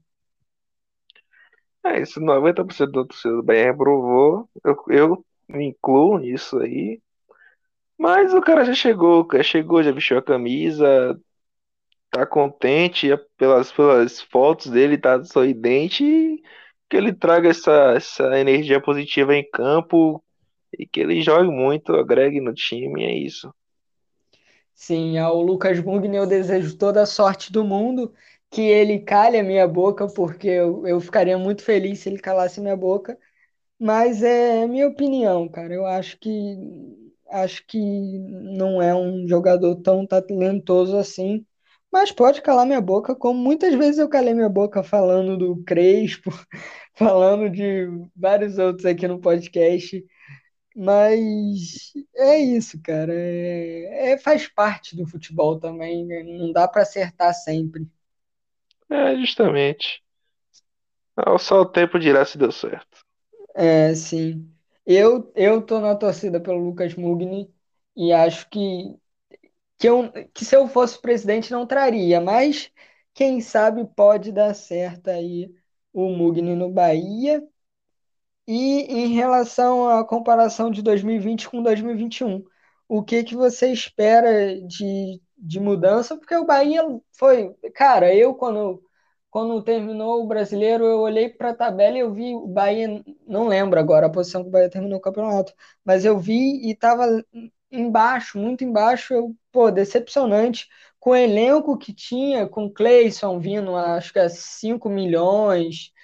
é isso, 90% da torcida do Bahia reprovou. Eu me incluo nisso aí. Mas o cara já chegou, já vestiu a camisa, tá contente pelas fotos dele, tá sorridente e que ele traga essa energia positiva em campo e que ele jogue muito, agregue no time, é isso. Sim, ao Lucas Mugni eu desejo toda a sorte do mundo, que ele cale a minha boca, porque eu ficaria muito feliz se ele calasse minha boca. Mas é minha opinião, cara. Eu acho que não é um jogador tão talentoso assim. Mas pode calar minha boca, como muitas vezes eu calei minha boca falando do Crespo, falando de vários outros aqui no podcast. Mas é isso, cara. Faz parte do futebol também, né? Não dá para acertar sempre. É, justamente. Só o tempo dirá se deu certo. É, sim. Eu tô na torcida pelo Lucas Mugni e acho que se eu fosse presidente não traria, mas quem sabe pode dar certo aí o Mugni no Bahia. E em relação à comparação de 2020 com 2021, o que que você espera de mudança? Porque o Bahia foi, cara, quando terminou o Brasileiro, eu olhei para a tabela e eu vi o Bahia, não lembro agora a posição que o Bahia terminou o campeonato, mas eu vi e estava embaixo, muito embaixo, pô, decepcionante com o elenco que tinha, com o Cleison vindo, acho que a 5 milhões,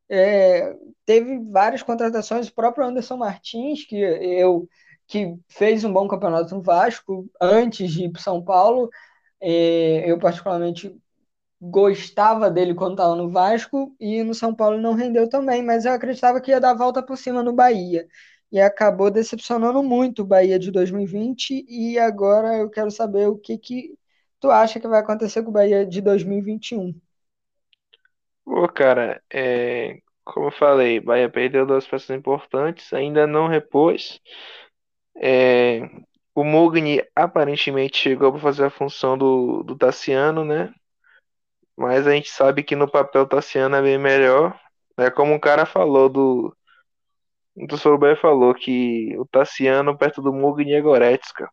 teve várias contratações, o próprio Anderson Martins, que fez um bom campeonato no Vasco antes de ir para São Paulo. Eu particularmente gostava dele quando estava no Vasco e no São Paulo não rendeu também, mas eu acreditava que ia dar a volta por cima no Bahia. E acabou decepcionando muito o Bahia de 2020 e agora eu quero saber o que tu acha que vai acontecer com o Bahia de 2021. Pô, cara, como eu falei, Bahia perdeu duas peças importantes, ainda não repôs. É, o Mugni aparentemente chegou para fazer a função do Tassiano, né? Mas a gente sabe que no papel o Tassiano é bem melhor. É como um cara falou o professor Bahia falou que o Tassiano perto do Mugni é Goretzka.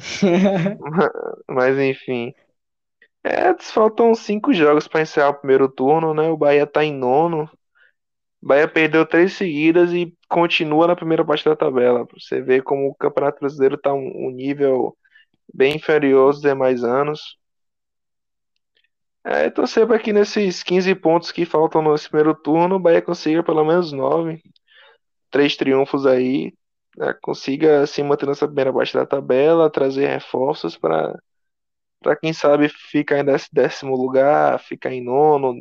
Mas enfim. Faltam 5 jogos para encerrar o primeiro turno, né? O Bahia tá em nono. O Bahia perdeu 3 seguidas e continua na primeira parte da tabela. Você vê como o Campeonato Brasileiro tá um nível bem inferior aos demais anos. Torcer para que nesses 15 pontos que faltam nesse primeiro turno, o Bahia consiga pelo menos 9, 3 triunfos aí, né? Consiga se manter nessa primeira parte da tabela, trazer reforços para quem sabe ficar em décimo lugar, ficar em nono,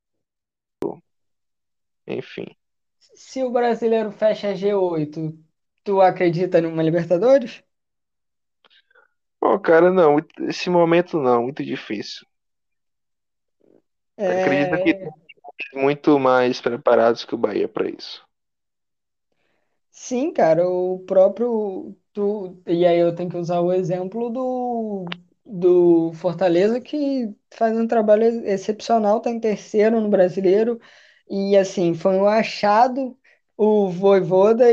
enfim. Se o brasileiro fecha G8, tu acredita numa Libertadores? Bom, cara, não, esse momento não, muito difícil. Acredito que É, muito mais preparados que o Bahia para isso. sim, cara, o próprio. E aí eu tenho que usar o exemplo do Fortaleza, que faz um trabalho excepcional, tá em terceiro no Brasileiro. E assim, foi um achado o Vojvoda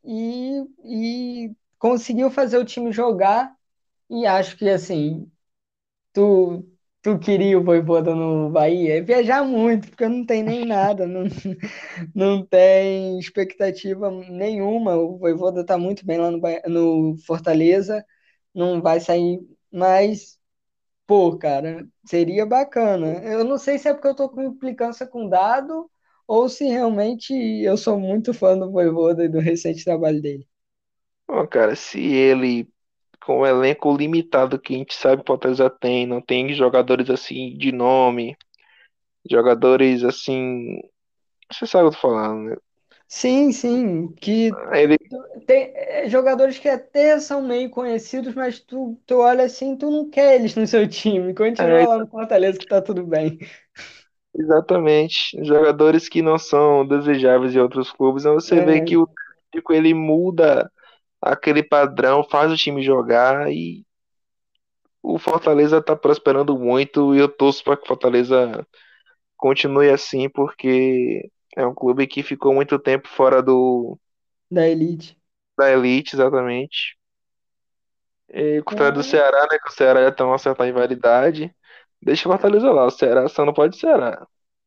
e conseguiu fazer o time jogar. E acho que assim, tu, tu queria o Vojvoda no Bahia? É viajar muito, porque não tem nem nada, não, não tem expectativa nenhuma. O Vojvoda tá muito bem lá no Fortaleza, não vai sair mais. Pô, cara, seria bacana. Eu não sei se é porque eu tô com implicância com dado ou se realmente eu sou muito fã do Vojvoda e do recente trabalho dele. Bom, cara, se ele, com o elenco limitado que a gente sabe que o Fortaleza tem, não tem jogadores assim de nome, jogadores assim. Você sabe o que eu tô falando, né? Sim, sim, que Ele, tem jogadores que até são meio conhecidos, mas tu olha assim, tu não quer eles no seu time. Continua é, lá no Fortaleza que tá tudo bem. exatamente, jogadores que não são desejáveis em outros clubes, então você vê É, que o técnico ele muda aquele padrão, faz o time jogar e o Fortaleza tá prosperando muito e eu torço para que o Fortaleza continue assim, porque é um clube que ficou muito tempo fora da elite. da elite, exatamente. E o contrário do É. Ceará, né? Que o Ceará já tem uma certa rivalidade. Deixa o Fortaleza lá, o Ceará só não pode Ceará.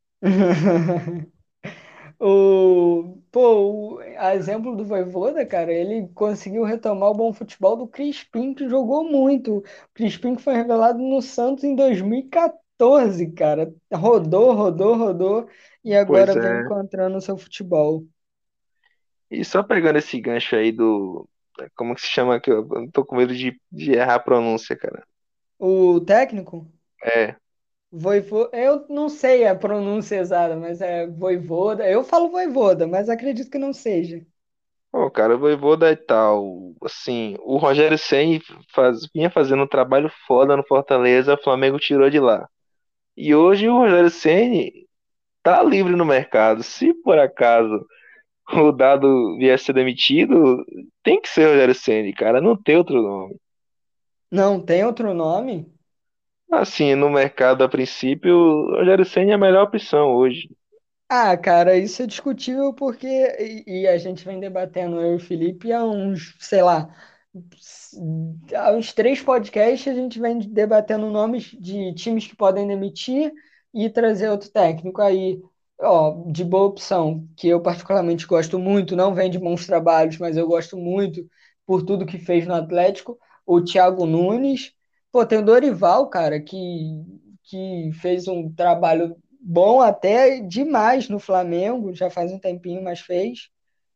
A exemplo do Vojvoda, cara, ele conseguiu retomar o bom futebol do Crispim, que jogou muito. O Crispim que foi revelado no Santos em 2014, cara. Rodou, rodou, rodou e Pois agora vem é. encontrando o seu futebol. E só pegando esse gancho aí do. Como que se chama que eu tô com medo de errar a pronúncia, cara. O técnico, É. Voivoda, eu não sei a pronúncia exata, mas é Voivoda. Eu falo Voivoda, mas acredito que não seja. Pô, cara, o Vojvoda e tal. Assim, o Rogério Ceni vinha fazendo um trabalho foda no Fortaleza, o Flamengo tirou de lá. E hoje o Rogério Ceni tá livre no mercado. Se por acaso o Dado vier a ser demitido, tem que ser Rogério Ceni, cara, não tem outro nome. Não, tem outro nome? Assim, no mercado a princípio, o Rogério Ceni é a melhor opção hoje. Ah, cara, isso é discutível porque e a gente vem debatendo eu e o Felipe há uns, sei lá, há uns três podcasts a gente vem debatendo nomes de times que podem demitir e trazer outro técnico aí, ó, de boa opção, que eu particularmente gosto muito, não vem de bons trabalhos, mas eu gosto muito por tudo que fez no Atlético, o Thiago Nunes. Pô, tem o Dorival, cara, que fez um trabalho bom até demais no Flamengo, já faz um tempinho, mas fez.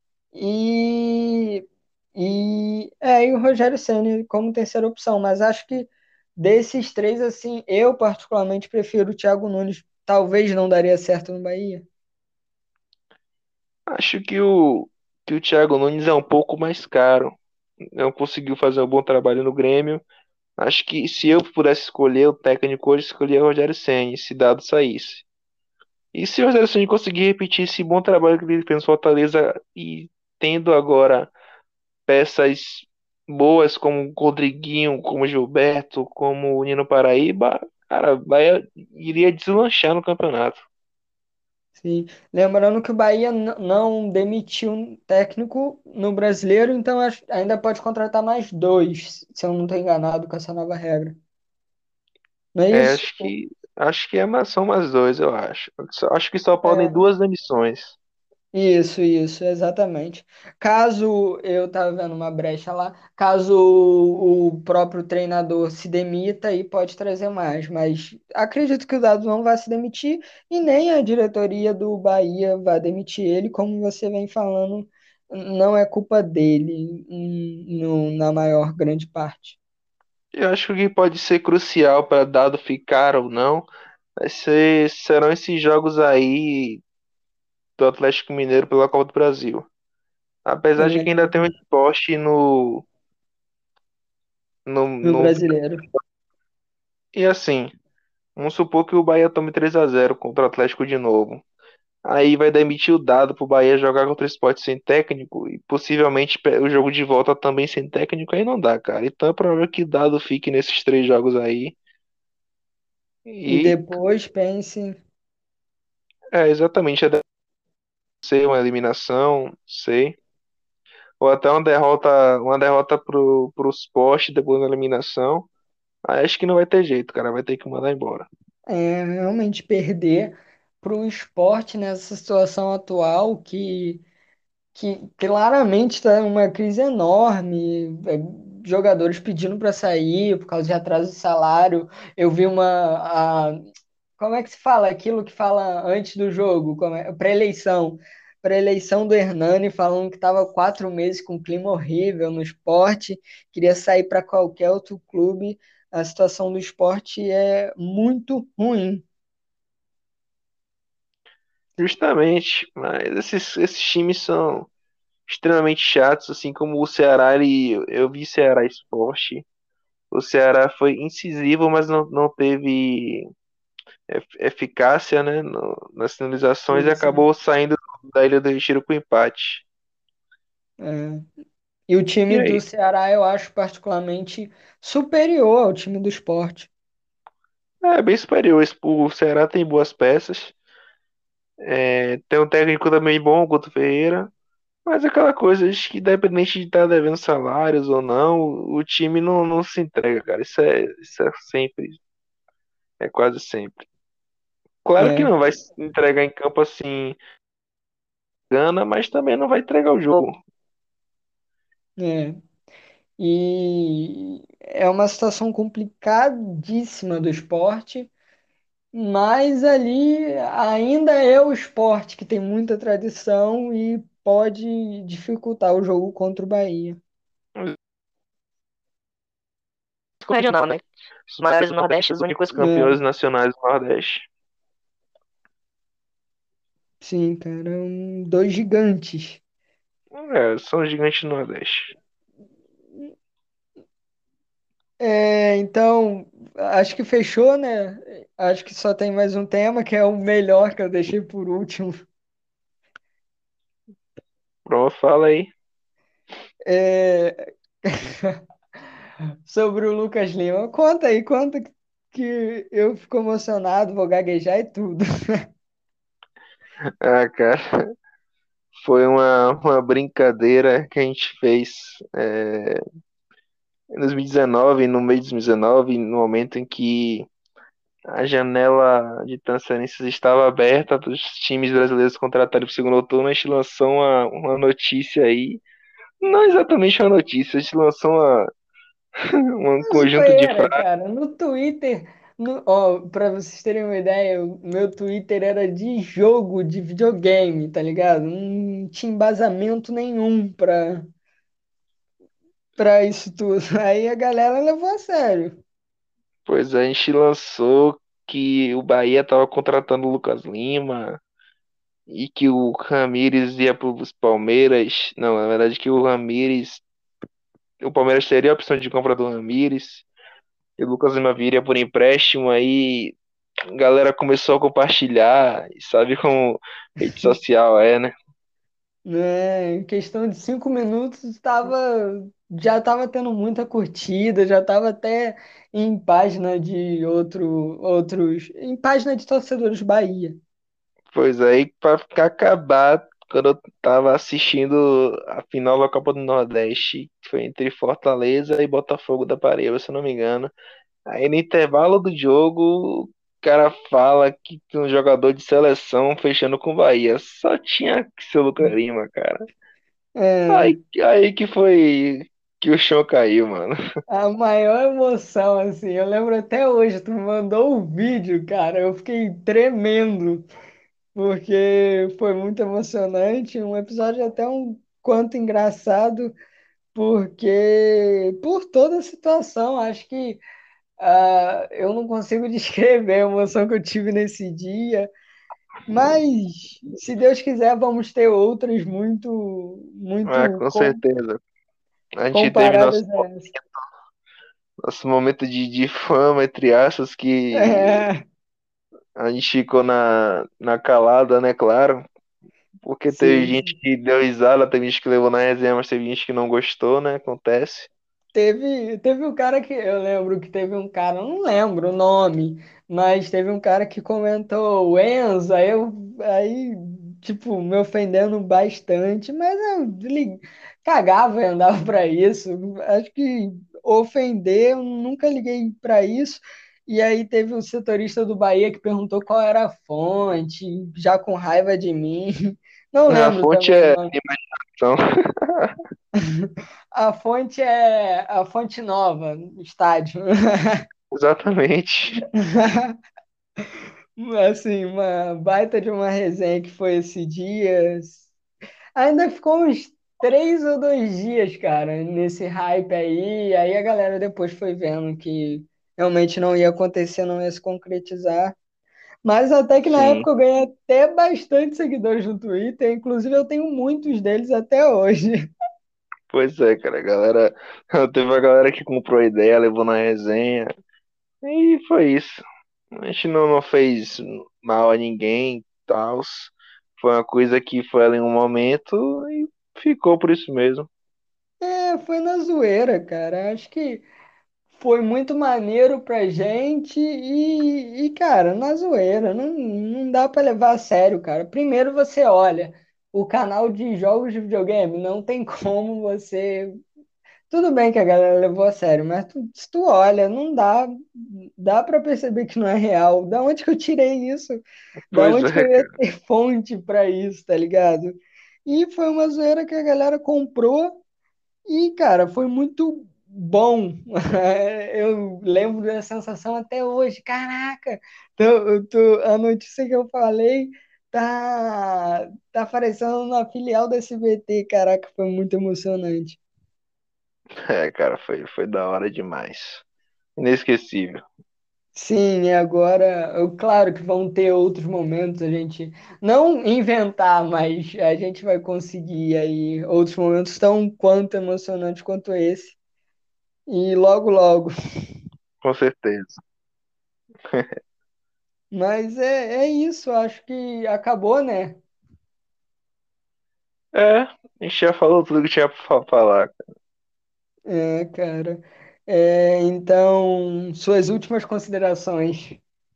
E, e o Rogério Ceni como terceira opção, mas acho que desses três, assim, eu particularmente prefiro o Thiago Nunes. Talvez não daria certo no Bahia. Acho que o Thiago Nunes é um pouco mais caro. Não conseguiu fazer um bom trabalho no Grêmio. Acho que se eu pudesse escolher o técnico hoje, escolheria o Rogério Ceni, se Dado saísse. E se o Rogério Ceni conseguir repetir esse bom trabalho que ele fez no Fortaleza e tendo agora peças boas como o Rodriguinho, como o Gilberto, como o Nino Paraíba, cara, iria deslanchar no campeonato. Sim. Lembrando que o Bahia não demitiu um técnico no brasileiro, então ainda pode contratar mais dois, se eu não estou enganado com essa nova regra. Não é É, isso? acho que são mais dois, eu acho. Acho que só podem É. duas demissões. Isso, exatamente. Caso eu estava vendo uma brecha lá, caso o próprio treinador se demita, aí pode trazer mais, mas acredito que o Dado não vai se demitir e nem a diretoria do Bahia vai demitir ele, como você vem falando, não é culpa dele, na maior grande parte. Eu acho que o que pode ser crucial para Dado ficar ou não serão esses jogos aí do Atlético Mineiro pela Copa do Brasil. Apesar de que ainda tem um esporte No no. brasileiro. E assim, vamos supor que o Bahia tome 3-0 contra o Atlético de novo. Aí vai demitir o Dado pro Bahia jogar contra o Sport sem técnico e possivelmente o jogo de volta também sem técnico, aí não dá, cara. Então é provável que o Dado fique nesses três jogos aí. E E depois pense. exatamente, deve ser uma eliminação, sei. Ou até uma derrota pro Sport depois da eliminação. Aí acho que não vai ter jeito, cara. Vai ter que mandar embora. Realmente perder para o esporte nessa situação atual que claramente está uma crise enorme, jogadores pedindo para sair por causa de atraso de salário. Eu vi como é que se fala aquilo que fala antes do jogo? Pré-eleição. Pré-eleição do Hernani falando que estava 4 meses com um clima horrível no esporte, queria sair para qualquer outro clube. A situação do esporte é muito ruim. Justamente, mas esses times são extremamente chatos, assim como o Ceará, eu vi Ceará Esporte. O Ceará foi incisivo, mas não teve eficácia, né, nas finalizações e Sim, sim. acabou saindo da Ilha do Retiro com empate. É. E o E time do aí? Ceará eu acho particularmente superior ao time do esporte. É bem superior. O Ceará tem boas peças. Tem um técnico também bom, o Guto Ferreira. Mas aquela coisa de que independente de estar devendo salários ou não, o time não se entrega, cara. Isso é sempre, é quase sempre. Claro que É, não vai se entregar em campo assim, gana, mas também não vai entregar o jogo. é. E é uma situação complicadíssima do esporte, mas ali ainda é o esporte que tem muita tradição e pode dificultar o jogo contra o Bahia. Regional, né? Os maiores do Nordeste, os únicos É, campeões nacionais do Nordeste. sim, cara, dois gigantes. São os gigantes do Nordeste. Então, acho que fechou, né? Acho que só tem mais um tema, que é o melhor que eu deixei por último. Pronto, fala aí. É, sobre o Lucas Lima. Conta aí, conta que eu fico emocionado, vou gaguejar e tudo. Ah, cara, foi uma brincadeira que a gente fez em 2019, no mês de 2019, no momento em que a janela de transferências estava aberta para os times brasileiros contratarem para o segundo turno. A gente lançou uma notícia aí. Não exatamente uma notícia, a gente lançou um É conjunto de zoeira, frases. cara. No Twitter, ó, pra vocês terem uma ideia, o meu Twitter era de jogo, de videogame, tá ligado? Não tinha embasamento nenhum pra isso tudo. Aí a galera levou a sério. Pois a gente lançou que o Bahia estava contratando o Lucas Lima e que o Ramires ia para os Palmeiras. Não, na verdade que o Palmeiras teria a opção de compra do Ramires e o Lucas Lima viria por empréstimo. Aí a galera começou a compartilhar, e sabe como rede social é, né? Né? Em questão de 5 minutos já estava tendo muita curtida, já estava até em página de outros, em página de torcedores Bahia. Pois aí, pra ficar acabar, quando eu tava assistindo a final da Copa do Nordeste, que foi entre Fortaleza e Botafogo da Paraíba, se eu não me engano. Aí no intervalo do jogo, o cara fala que um jogador de seleção fechando com o Bahia. Só tinha que ser o Lucas Lima, cara. É, Aí que foi que o chão caiu, mano. a maior emoção, assim, eu lembro até hoje, tu me mandou o vídeo, cara, eu fiquei tremendo, porque foi muito emocionante, um episódio até um quanto engraçado, porque por toda a situação, acho que eu não consigo descrever a emoção que eu tive nesse dia, mas se Deus quiser, vamos ter outras Ah, muito com certeza. A gente teve comparadas a essa. nosso momento de fama, entre aspas, que É, A gente ficou na calada, né, claro. Porque teve Sim, gente sim. que deu risada, teve gente que levou na resenha, mas teve gente que não gostou, né? Acontece. Teve um cara que eu lembro que teve um cara, eu não lembro o nome, mas teve um cara que comentou o Enzo, aí tipo, me ofendendo bastante, mas cagava e andava pra isso. Acho que ofender, eu nunca liguei pra isso. E aí teve o setorista do Bahia que perguntou qual era a fonte, já com raiva de mim. Não A lembro fonte também o é nome. animação. A fonte é a Fonte Nova, estádio. Exatamente. Assim, uma baita de uma resenha que foi esse dia. Ainda ficou uns 3 ou 2 dias, cara, nesse hype aí. Aí a galera depois foi vendo que realmente não ia acontecer, não ia se concretizar. Mas até que na Sim. época eu ganhei até bastante seguidores no Twitter. Inclusive eu tenho muitos deles até hoje. Pois é, cara. A galera. Teve a galera que comprou a ideia, levou na resenha. E foi isso. A gente não fez mal a ninguém, tal. Foi uma coisa que foi ali um momento e ficou por isso mesmo. É, foi na zoeira, cara. Acho que foi muito maneiro pra gente cara, na zoeira, não dá pra levar a sério, cara. Primeiro você olha o canal de jogos de videogame, não tem como você. Tudo bem que a galera levou a sério, mas se tu olha, não dá pra perceber que não é real. Da onde que eu tirei isso? Da Pois onde que é, eu ia cara. ter fonte pra isso, tá ligado? E foi uma zoeira que a galera comprou. E, cara, foi muito bom. Eu lembro da sensação até hoje. Caraca, a notícia que eu falei tá aparecendo na filial da SBT. Caraca, foi muito emocionante. É, cara, foi da hora demais. Inesquecível. Sim, e agora, claro que vão ter outros momentos, a gente não inventar, mas a gente vai conseguir aí outros momentos tão quanto emocionantes quanto esse. E logo, logo. Com certeza. Mas é isso, acho que acabou, né? É, a gente já falou tudo que tinha pra falar. É, cara. É, então, suas últimas considerações.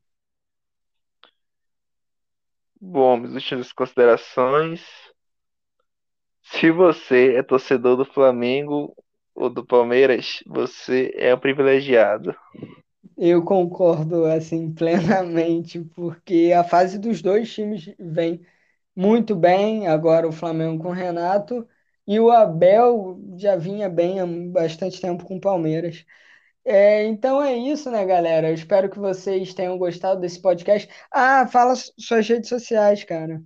Bom, minhas últimas considerações. Se você é torcedor do Flamengo ou do Palmeiras, você é um privilegiado. Eu concordo, assim, plenamente, porque a fase dos dois times vem muito bem, agora o Flamengo com o Renato, e o Abel já vinha bem há bastante tempo com o Palmeiras. É, então é isso, né, galera? Eu espero que vocês tenham gostado desse podcast. Ah, fala suas redes sociais, cara.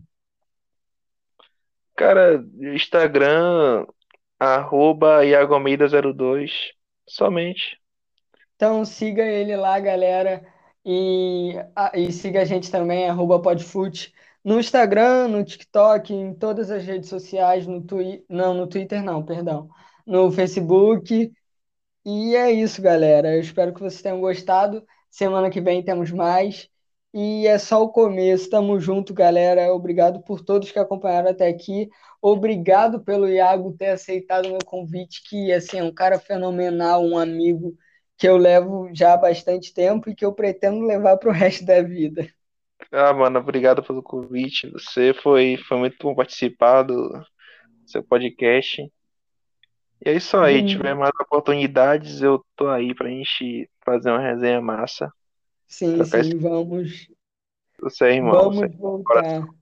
Cara, Instagram, @IagoAlmeida02. Somente. Então siga ele lá, galera. E siga a gente também, @podfut, no Instagram, no TikTok, em todas as redes sociais, no Twitter não, perdão. No Facebook. E é isso, galera. Eu espero que vocês tenham gostado. Semana que vem temos mais. E é só o começo. Tamo junto, galera. Obrigado por todos que acompanharam até aqui. Obrigado pelo Iago ter aceitado o meu convite, que assim, é um cara fenomenal, um amigo que eu levo já há bastante tempo e que eu pretendo levar para o resto da vida. Ah, mano, obrigado pelo convite. Foi muito bom participar do seu podcast. E é isso aí. Tiver Sim, mais oportunidades, eu tô aí pra gente fazer uma resenha massa. sim, Trocar esse. sim, Você é irmão, você é vamos coração. voltar.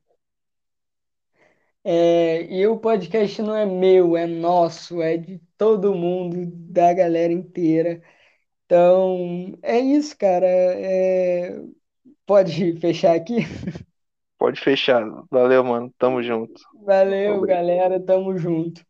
É, e o podcast não é meu, é nosso, é de todo mundo, da galera inteira. Então, é isso, cara. Pode fechar aqui? Pode fechar. Valeu, mano. Tamo junto. Valeu, Obrigado. galera. Tamo junto.